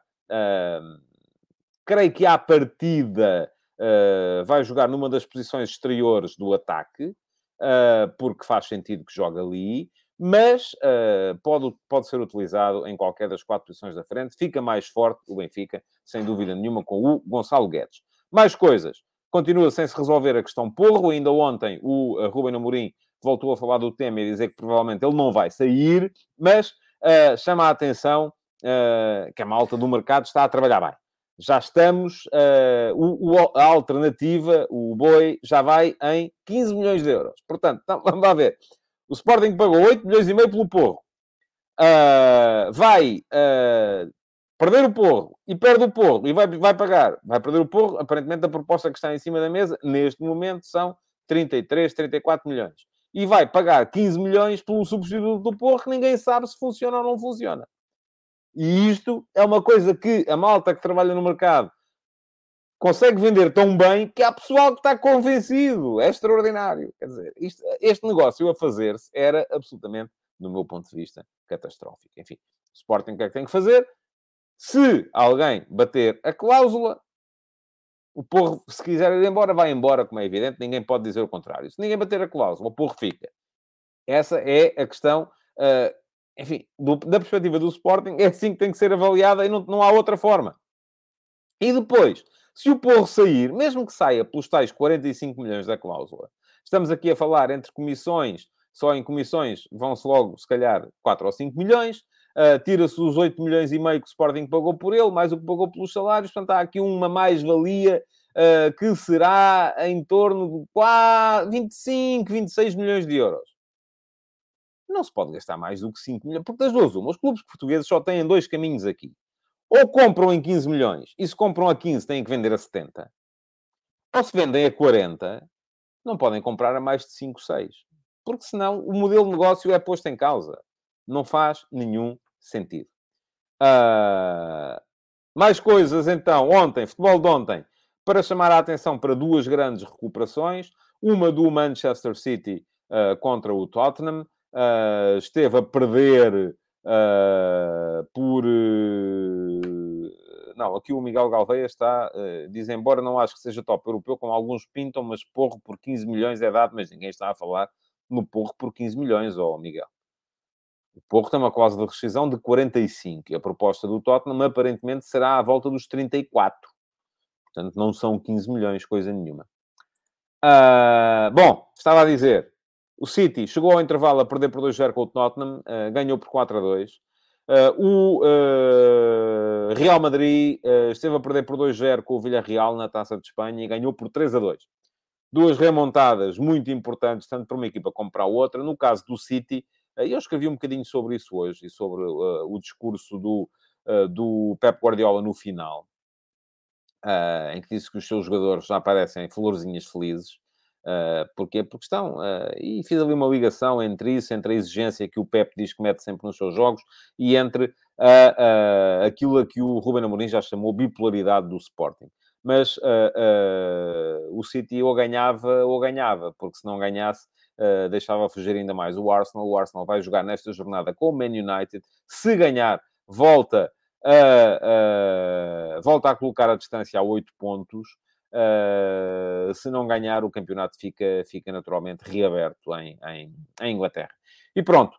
creio que à partida vai jogar numa das posições exteriores do ataque, porque faz sentido que jogue ali, mas pode ser utilizado em qualquer das 4 posições da frente. Fica mais forte o Benfica, sem dúvida nenhuma, com o Gonçalo Guedes. Mais coisas. Continua sem se resolver a questão Porro. Ainda ontem o Ruben Amorim voltou a falar do tema e dizer que provavelmente ele não vai sair, mas chama a atenção que a malta do mercado está a trabalhar bem. Já estamos, a alternativa, o Boi, já vai em 15 milhões de euros. Portanto, vamos lá ver. O Sporting pagou 8 milhões e meio pelo Porro. Vai perder o Porro e perde o Porro e vai pagar, vai perder o Porro, aparentemente a proposta que está em cima da mesa, neste momento, são 33, 34 milhões. E vai pagar 15 milhões pelo substituto do Porro, que ninguém sabe se funciona ou não funciona. E isto é uma coisa que a malta que trabalha no mercado consegue vender tão bem que há pessoal que está convencido. É extraordinário. Quer dizer, este negócio a fazer-se era absolutamente, do meu ponto de vista, catastrófico. Enfim, o Sporting o que é que tem que fazer? Se alguém bater a cláusula, o Porro, se quiser ir embora, vai embora, como é evidente. Ninguém pode dizer o contrário. Se ninguém bater a cláusula, o Porro fica. Essa é a questão, enfim, da perspectiva do Sporting, é assim que tem que ser avaliada e não há outra forma. E depois, se o Porro sair, mesmo que saia pelos tais 45 milhões da cláusula, estamos aqui a falar entre comissões, só em comissões vão-se logo, se calhar, 4 ou 5 milhões, tira-se os 8 milhões e meio que o Sporting pagou por ele, mais o que pagou pelos salários, portanto há aqui uma mais-valia que será em torno de 25, 26 milhões de euros. Não se pode gastar mais do que 5 milhões, porque das duas uma, os clubes portugueses só têm dois caminhos aqui. Ou compram em 15 milhões, e se compram a 15 têm que vender a 70. Ou se vendem a 40, não podem comprar a mais de 5, 6. Porque senão o modelo de negócio é posto em causa. Não faz nenhum sentido. Mais coisas, então. Ontem, futebol de ontem, para chamar a atenção para duas grandes recuperações. Uma do Manchester City contra o Tottenham. Esteve a perder por... Não, aqui o Miguel Galveia está... diz, embora não acho que seja top europeu, como alguns pintam, mas Porro por 15 milhões é dado, mas ninguém está a falar no Porro por 15 milhões, ó Miguel. O Porro tem uma cláusula de rescisão de 45. E a proposta do Tottenham, aparentemente, será à volta dos 34. Portanto, não são 15 milhões, coisa nenhuma. Bom, estava a dizer... O City chegou ao intervalo a perder por 2-0 com o Tottenham, ganhou por 4-2. O Real Madrid esteve a perder por 2-0 com o Villarreal na Taça de Espanha e ganhou por 3-2. Duas remontadas muito importantes, tanto para uma equipa como para a outra. No caso do City, eu escrevi um bocadinho sobre isso hoje, e sobre o discurso do Pep Guardiola no final, em que disse que os seus jogadores já parecem florzinhas felizes. Porquê? Porque estão... e fiz ali uma ligação entre isso, entre a exigência que o Pep diz que mete sempre nos seus jogos e entre aquilo a que o Ruben Amorim já chamou bipolaridade do Sporting. Mas o City ou ganhava, porque se não ganhasse, deixava fugir ainda mais o Arsenal. O Arsenal vai jogar nesta jornada com o Man United. Se ganhar, volta a colocar a distância a 8 pontos. Se não ganhar, o campeonato fica naturalmente reaberto em Inglaterra. E pronto.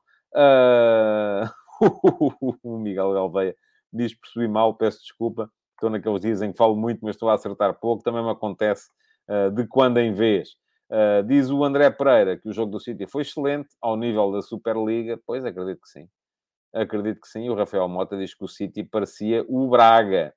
O Miguel Galveia diz: percebi mal, peço desculpa. Estou naqueles dias em que falo muito, mas estou a acertar pouco. Também me acontece de quando em vez. Diz o André Pereira que o jogo do City foi excelente, ao nível da Superliga. Pois, acredito que sim. Acredito que sim. O Rafael Mota diz que o City parecia o Braga.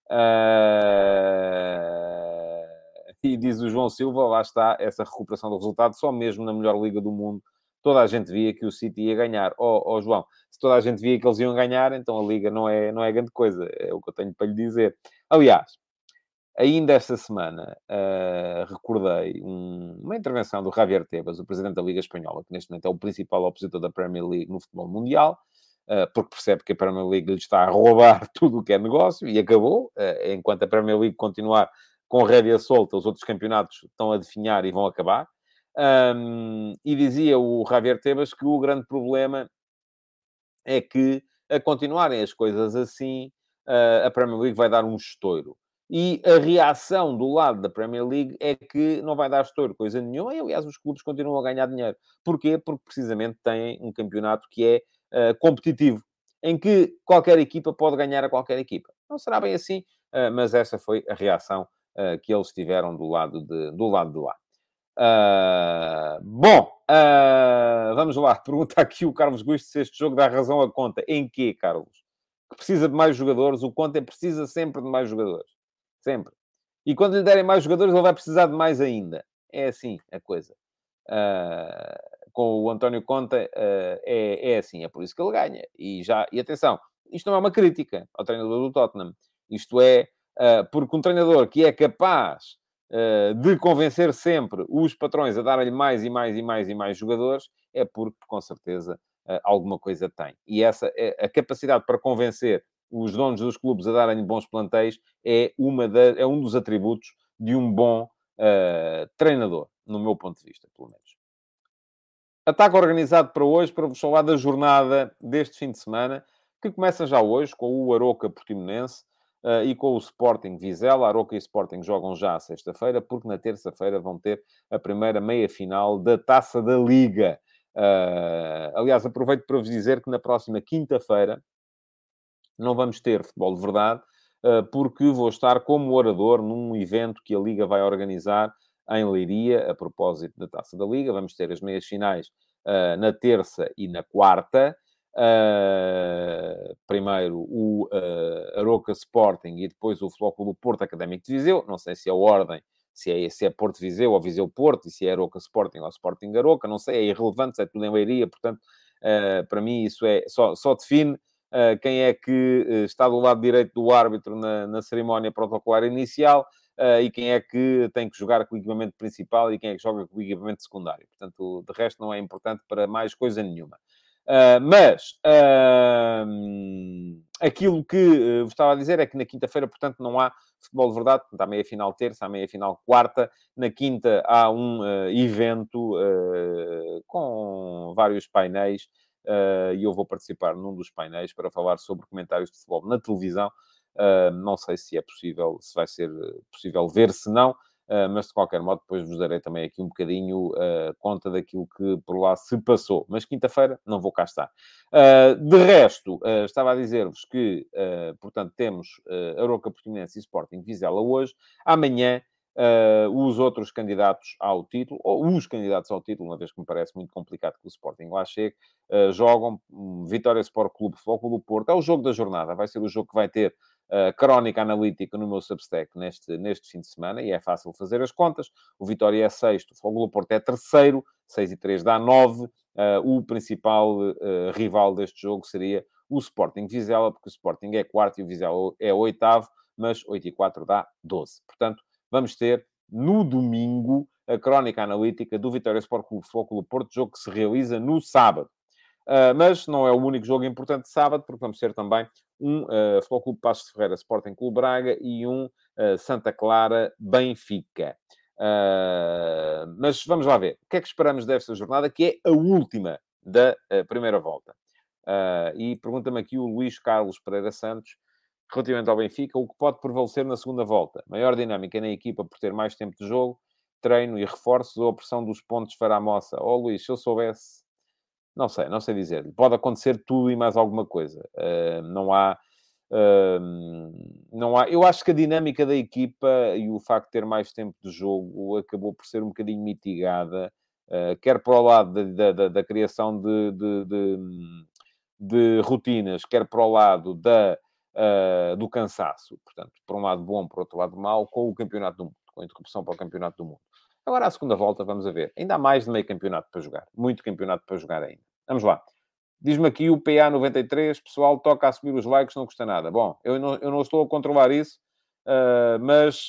E diz o João Silva, lá está, essa recuperação do resultado, só mesmo na melhor liga do mundo. Toda a gente via que o City ia ganhar. João, se toda a gente via que eles iam ganhar, então a liga não é grande coisa. É o que eu tenho para lhe dizer. Aliás, ainda esta semana, recordei uma intervenção do Javier Tebas, o presidente da Liga Espanhola, que neste momento é o principal opositor da Premier League no futebol mundial, porque percebe que a Premier League lhe está a roubar tudo o que é negócio, e acabou. Enquanto a Premier League continuar com rédea solta, os outros campeonatos estão a definhar e vão acabar. E dizia o Javier Tebas que o grande problema é que, a continuarem as coisas assim, a Premier League vai dar um estouro. E a reação do lado da Premier League é que não vai dar estouro coisa nenhuma. E, aliás, os clubes continuam a ganhar dinheiro. Porquê? Porque, precisamente, têm um campeonato que é competitivo, em que qualquer equipa pode ganhar a qualquer equipa. Não será bem assim, mas essa foi a reação que eles tiveram do lado de lá. Vamos lá. Pergunta aqui o Carlos Gusto se este jogo dá razão a Conte. Em quê, Carlos? Que precisa de mais jogadores. O Conte precisa sempre de mais jogadores. Sempre. E quando lhe derem mais jogadores, ele vai precisar de mais ainda. É assim a coisa. Com o António Conte é assim. É por isso que ele ganha. E atenção. isto não é uma crítica ao treinador do Tottenham. Isto é, porque um treinador que é capaz de convencer sempre os patrões a darem-lhe mais e mais e mais e mais jogadores, é porque, com certeza, alguma coisa tem. E essa a capacidade para convencer os donos dos clubes a darem-lhe bons plantéis é um dos atributos de um bom treinador, no meu ponto de vista, pelo menos. Ataque organizado para hoje, para vos falar da jornada deste fim de semana, que começa já hoje, com o Aroca Portimonense e com o Sporting Vizela. Aroca e Sporting jogam já à sexta-feira, porque na terça-feira vão ter a primeira meia-final da Taça da Liga. Aliás, aproveito para vos dizer que na próxima quinta-feira não vamos ter futebol de verdade, porque vou estar como orador num evento que a Liga vai organizar em Leiria, a propósito da Taça da Liga. Vamos ter as meias finais na terça e na quarta. Primeiro o Aroca Sporting e depois o Flóculo Porto Académico de Viseu. Não sei se a ordem, se é Porto Viseu ou Viseu Porto, e se é Aroca Sporting ou Sporting Aroca, não sei, é irrelevante, é tudo em Leiria, portanto, para mim isso é só define quem é que está do lado direito do árbitro na cerimónia protocolar inicial e quem é que tem que jogar com o equipamento principal e quem é que joga com o equipamento secundário. Portanto, de resto, não é importante para mais coisa nenhuma. Mas aquilo que vos estava a dizer é que na quinta-feira, portanto, não há futebol de verdade. Portanto, há meia-final terça, há meia-final quarta. Na quinta há um evento com vários painéis e eu vou participar num dos painéis para falar sobre comentários de futebol na televisão. Não sei se é possível, se vai ser possível ver, se não, mas de qualquer modo depois vos darei também aqui um bocadinho conta daquilo que por lá se passou. Mas quinta-feira não vou cá estar. De resto, estava a dizer-vos que, portanto, temos Aroca Portimonense e Sporting Vizela hoje. Amanhã, os outros candidatos ao título, ou os candidatos ao título, uma vez que me parece muito complicado que o Sporting lá chegue, jogam Vitória Sport Clube, Futebol Clube do Porto. É o jogo da jornada. Vai ser o jogo que vai ter crónica analítica no meu Substack neste fim de semana, e é fácil fazer as contas. O Vitória é sexto, o Futebol Clube do Porto é terceiro, 6 e 3 dá 9. O principal rival deste jogo seria o Sporting Vizela, porque o Sporting é quarto e o Vizela é oitavo, mas 8 e 4 dá 12. Portanto, vamos ter no domingo a crónica analítica do Vitória Sport Clube Futebol Clube do Porto, jogo que se realiza no sábado. Mas não é o único jogo importante de sábado, porque vamos ter também um Futebol Clube Paços de Ferreira Sporting Clube Braga e um Santa Clara Benfica. Mas vamos lá ver. O que é que esperamos desta jornada, que é a última da primeira volta? E pergunta-me aqui o Luís Carlos Pereira Santos, relativamente ao Benfica, o que pode prevalecer na segunda volta? Maior dinâmica na equipa por ter mais tempo de jogo, treino e reforços, ou a pressão dos pontos fará a moça? Luís, se eu soubesse... Não sei dizer. Pode acontecer tudo e mais alguma coisa. Não há... não há... Eu acho que a dinâmica da equipa e o facto de ter mais tempo de jogo acabou por ser um bocadinho mitigada, quer para o lado da criação de rotinas, quer para o lado do cansaço. Portanto, por um lado bom, por outro lado mau, com o Campeonato do Mundo, com a interrupção para o Campeonato do Mundo. Agora, à segunda volta, vamos a ver. Ainda há mais de meio campeonato para jogar. Muito campeonato para jogar ainda. Vamos lá. Diz-me aqui o PA93, pessoal, toca a subir os likes, não custa nada. Bom, eu não estou a controlar isso, mas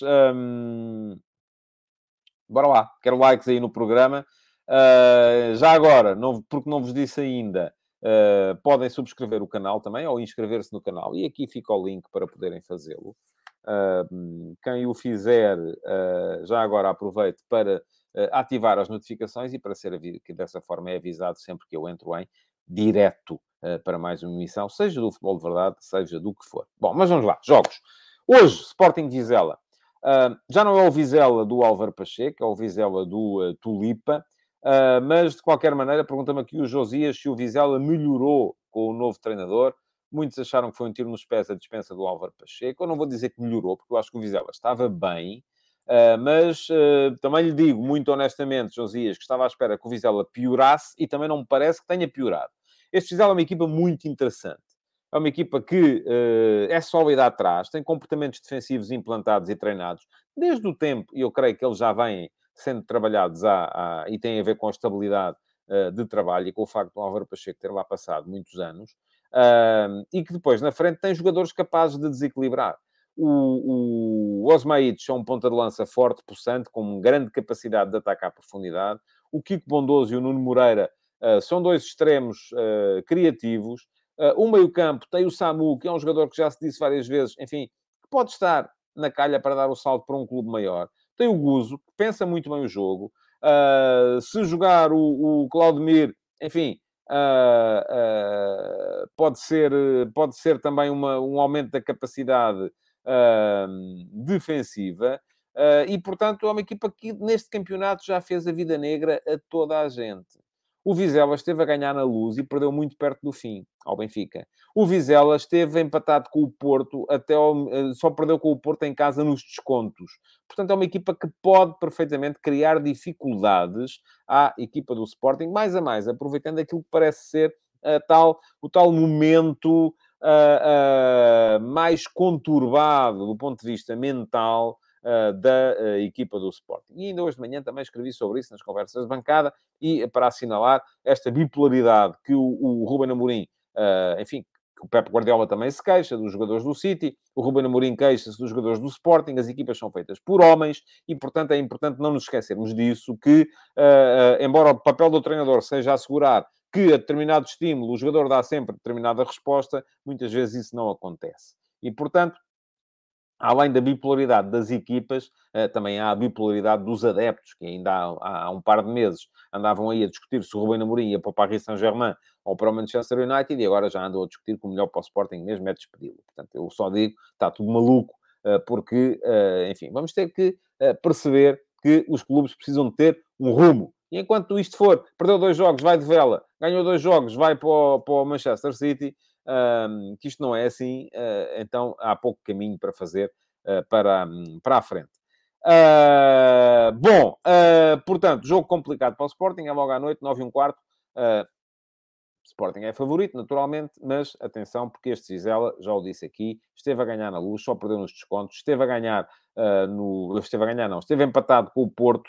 bora lá. Quero likes aí no programa. Já agora, porque não vos disse ainda, podem subscrever o canal também, ou inscrever-se no canal. E aqui fica o link para poderem fazê-lo. Quem o fizer, já agora aproveito para ativar as notificações e para ser que dessa forma é avisado sempre que eu entro em direto para mais uma emissão, seja do futebol de verdade, seja do que for. Bom, mas vamos lá. Jogos. Hoje, Sporting Vizela. Já não é o Vizela do Álvaro Pacheco, é o Vizela do Tulipa. Mas, de qualquer maneira, pergunta-me aqui o Josias se o Vizela melhorou com o novo treinador. Muitos acharam que foi um tiro nos pés a dispensa do Álvaro Pacheco. Eu não vou dizer que melhorou, porque eu acho que o Vizela estava bem. Mas também lhe digo, muito honestamente, Josias, que estava à espera que o Vizela piorasse e também não me parece que tenha piorado. Este Vizela é uma equipa muito interessante. É uma equipa que é sólida atrás, tem comportamentos defensivos implantados e treinados desde o tempo, e eu creio que eles já vêm sendo trabalhados e têm a ver com a estabilidade de trabalho e com o facto do Álvaro Pacheco ter lá passado muitos anos. E que depois, na frente, tem jogadores capazes de desequilibrar. O Osmaites é um ponta de lança forte, possante, com grande capacidade de atacar à profundidade. O Kiko Bondoso e o Nuno Moreira são dois extremos criativos. O meio-campo tem o Samu, que é um jogador que já se disse várias vezes, enfim, que pode estar na calha para dar o salto para um clube maior. Tem o Guzo, que pensa muito bem o jogo. Se jogar o Claudemir, enfim, pode ser também um aumento da capacidade defensiva. E, portanto, é uma equipa que neste campeonato já fez a vida negra a toda a gente. O Vizela esteve a ganhar na Luz e perdeu muito perto do fim, ao Benfica. O Vizela esteve empatado com o Porto, só perdeu com o Porto em casa nos descontos. Portanto, é uma equipa que pode perfeitamente criar dificuldades à equipa do Sporting, mais a mais, aproveitando aquilo que parece ser o tal momento mais conturbado do ponto de vista mental da equipa do Sporting. E ainda hoje de manhã também escrevi sobre isso nas conversas de bancada e para assinalar esta bipolaridade que o Ruben Amorim, enfim, que o Pep Guardiola também se queixa dos jogadores do City, o Ruben Amorim queixa-se dos jogadores do Sporting, as equipas são feitas por homens e, portanto, é importante não nos esquecermos disso, que, embora o papel do treinador seja assegurar que a determinado estímulo o jogador dá sempre determinada resposta, muitas vezes isso não acontece. E, portanto, além da bipolaridade das equipas, também há a bipolaridade dos adeptos, que ainda há um par de meses andavam aí a discutir se o Ruben Amorim ia para o Paris Saint-Germain ou para o Manchester United, e agora já andam a discutir que o melhor para o Sporting mesmo é despedi-lo. Portanto, eu só digo, está tudo maluco, porque, enfim, vamos ter que perceber que os clubes precisam de ter um rumo. E enquanto isto for, perdeu 2 jogos, vai de vela, ganhou 2 jogos, vai para o Manchester City, que isto não é assim, então há pouco caminho para fazer para a frente. Portanto, jogo complicado para o Sporting, é logo à noite, 9h15. Sporting é favorito, naturalmente, mas atenção, porque este Zizela, já o disse aqui, esteve a ganhar na Luz, só perdeu nos descontos, esteve a ganhar Esteve a ganhar, não, esteve empatado com o Porto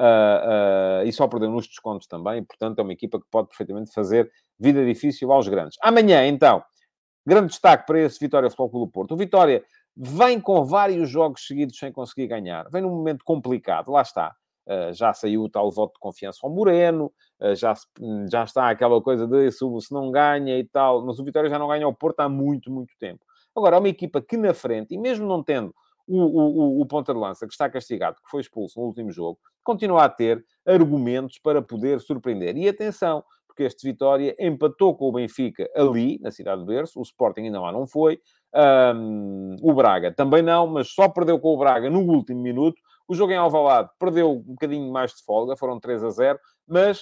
e só perdeu nos descontos também, portanto é uma equipa que pode perfeitamente fazer vida difícil aos grandes. Amanhã, então, grande destaque para esse Vitória Futebol Clube do Porto. O Vitória vem com vários jogos seguidos sem conseguir ganhar. Vem num momento complicado, lá está. Já saiu o tal voto de confiança ao Moreno, já está aquela coisa de se não ganha e tal, mas o Vitória já não ganha ao Porto há muito, muito tempo. Agora, é uma equipa que na frente, e mesmo não tendo o ponta de lança que está castigado, que foi expulso no último jogo, continua a ter argumentos para poder surpreender. E atenção, porque este Vitória empatou com o Benfica ali, na Cidade de Berço, o Sporting ainda lá não foi, o Braga também não, mas só perdeu com o Braga no último minuto. O jogo em Alvalade perdeu um bocadinho mais de folga, foram 3-0, mas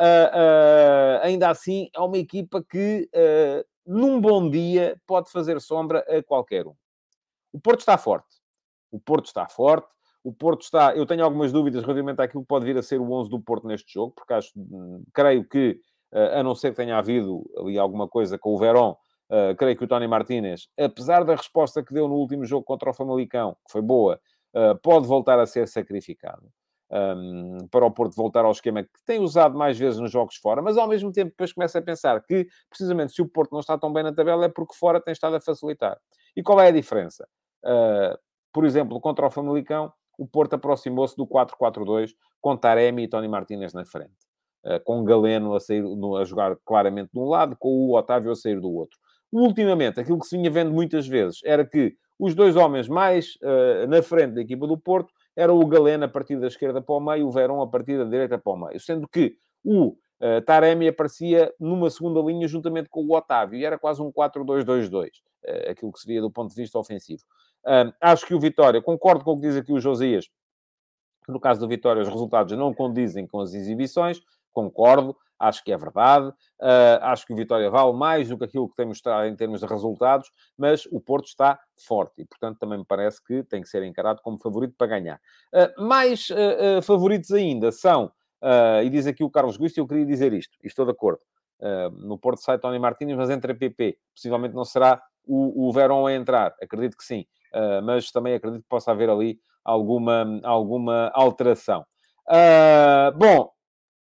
ainda assim é uma equipa que, num bom dia, pode fazer sombra a qualquer um. O Porto está forte. O Porto está forte. O Porto está... Eu tenho algumas dúvidas relativamente àquilo que pode vir a ser o 11 do Porto neste jogo, porque creio que, a não ser que tenha havido ali alguma coisa com o Verón, creio que o Tony Martínez, apesar da resposta que deu no último jogo contra o Famalicão, que foi boa, pode voltar a ser sacrificado. Para o Porto voltar ao esquema que tem usado mais vezes nos jogos fora, mas ao mesmo tempo depois começa a pensar que, precisamente, se o Porto não está tão bem na tabela é porque fora tem estado a facilitar. E qual é a diferença? Por exemplo, contra o Famalicão, o Porto aproximou-se do 4-4-2 com Taremi e Tony Martínez na frente. Com Galeno a jogar claramente de um lado, com o Otávio a sair do outro. Ultimamente, aquilo que se vinha vendo muitas vezes era que os dois homens mais na frente da equipa do Porto eram o Galeno a partir da esquerda para o meio, o Verón a partir da direita para o meio. Sendo que o Taremi aparecia numa segunda linha juntamente com o Otávio. E era quase um 4-2-2-2. Aquilo que seria do ponto de vista ofensivo. Acho que o Vitória, concordo com o que diz aqui o Josias, que no caso do Vitória os resultados não condizem com as exibições, concordo, acho que é verdade, acho que o Vitória vale mais do que aquilo que tem mostrado em termos de resultados, mas o Porto está forte e, portanto, também me parece que tem que ser encarado como favorito para ganhar. Mais favoritos ainda são, e diz aqui o Carlos Guisto, e eu queria dizer isto, e estou de acordo, no Porto sai Tony Martínez, mas entre a PP, possivelmente não será o Verón a entrar, acredito que sim. Mas também acredito que possa haver ali alguma alteração. Bom,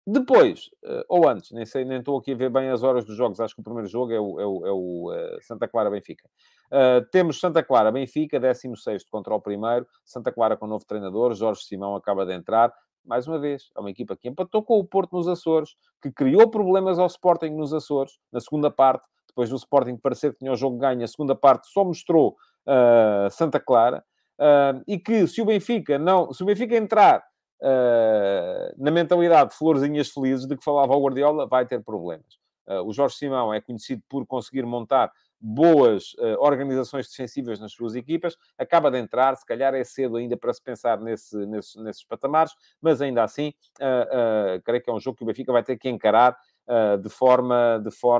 Depois, ou antes, nem sei, nem estou aqui a ver bem as horas dos jogos. Acho que o primeiro jogo é o Santa Clara-Benfica. Temos Santa Clara-Benfica, 16º contra o primeiro. Santa Clara com novo treinador. Jorge Simão acaba de entrar. Mais uma vez, é uma equipa que empatou com o Porto nos Açores, que criou problemas ao Sporting nos Açores, na segunda parte. Depois do Sporting parecer que tinha o jogo ganho, a segunda parte só mostrou Santa Clara. E que se o Benfica entrar na mentalidade de florzinhas felizes de que falava o Guardiola, vai ter problemas. O Jorge Simão é conhecido por conseguir montar boas organizações defensivas nas suas equipas, acaba de entrar, se calhar é cedo ainda para se pensar nesses patamares, mas ainda assim, creio que é um jogo que o Benfica vai ter que encarar de forma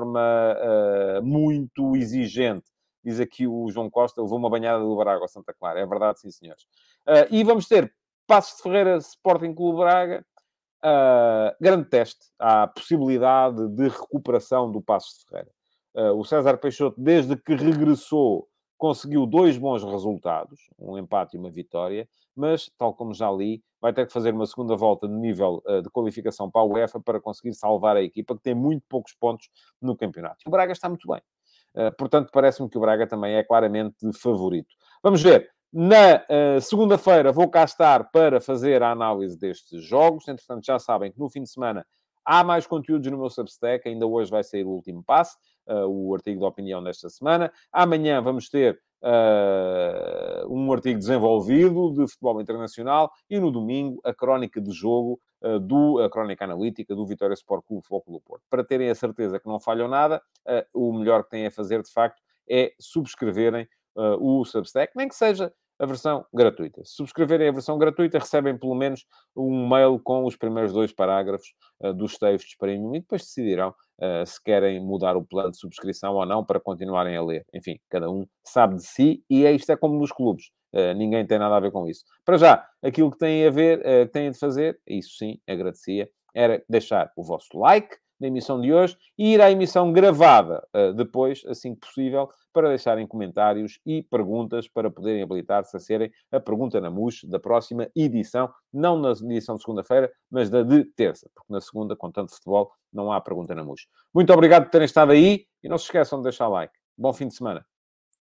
muito exigente. Diz aqui o João Costa, levou uma banhada do Braga ao Santa Clara. É verdade, sim, senhores. E vamos ter Passos de Ferreira, Sporting Clube Braga. Grande teste. Há a possibilidade de recuperação do Passos de Ferreira. O César Peixoto, desde que regressou, conseguiu 2 bons resultados. Um empate e uma vitória. Mas, tal como já li, vai ter que fazer uma segunda volta de nível de qualificação para a UEFA para conseguir salvar a equipa, que tem muito poucos pontos no campeonato. O Braga está muito bem. Portanto, parece-me que o Braga também é claramente favorito. Vamos ver. Na segunda-feira vou cá estar para fazer a análise destes jogos. Entretanto, já sabem que no fim de semana há mais conteúdos no meu Substack. Ainda hoje vai sair o último passo, o artigo de opinião desta semana. Amanhã vamos ter um artigo desenvolvido de futebol internacional. E no domingo, a crónica de jogo, a crónica analítica do Vitória Sport Clube Futebol Clube do Porto. Para terem a certeza que não falham nada, o melhor que têm a fazer, de facto, é subscreverem o Substack, nem que seja a versão gratuita. Se subscreverem a versão gratuita, recebem pelo menos um mail com os primeiros 2 parágrafos dos textos premium e depois decidirão se querem mudar o plano de subscrição ou não para continuarem a ler. Enfim, cada um sabe de si e isto é como nos clubes. Ninguém tem nada a ver com isso. Para já, aquilo que têm a ver, que têm de fazer, isso sim, agradecia, era deixar o vosso like na emissão de hoje e ir à emissão gravada depois, assim que possível, para deixarem comentários e perguntas para poderem habilitar-se a serem a Pergunta na MUS da próxima edição, não na edição de segunda-feira, mas da de terça, porque na segunda, com tanto futebol, não há Pergunta na MUS. Muito obrigado por terem estado aí e não se esqueçam de deixar like. Bom fim de semana.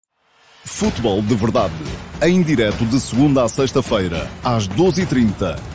Futebol de Verdade, em direto de segunda a sexta-feira, às 12h30.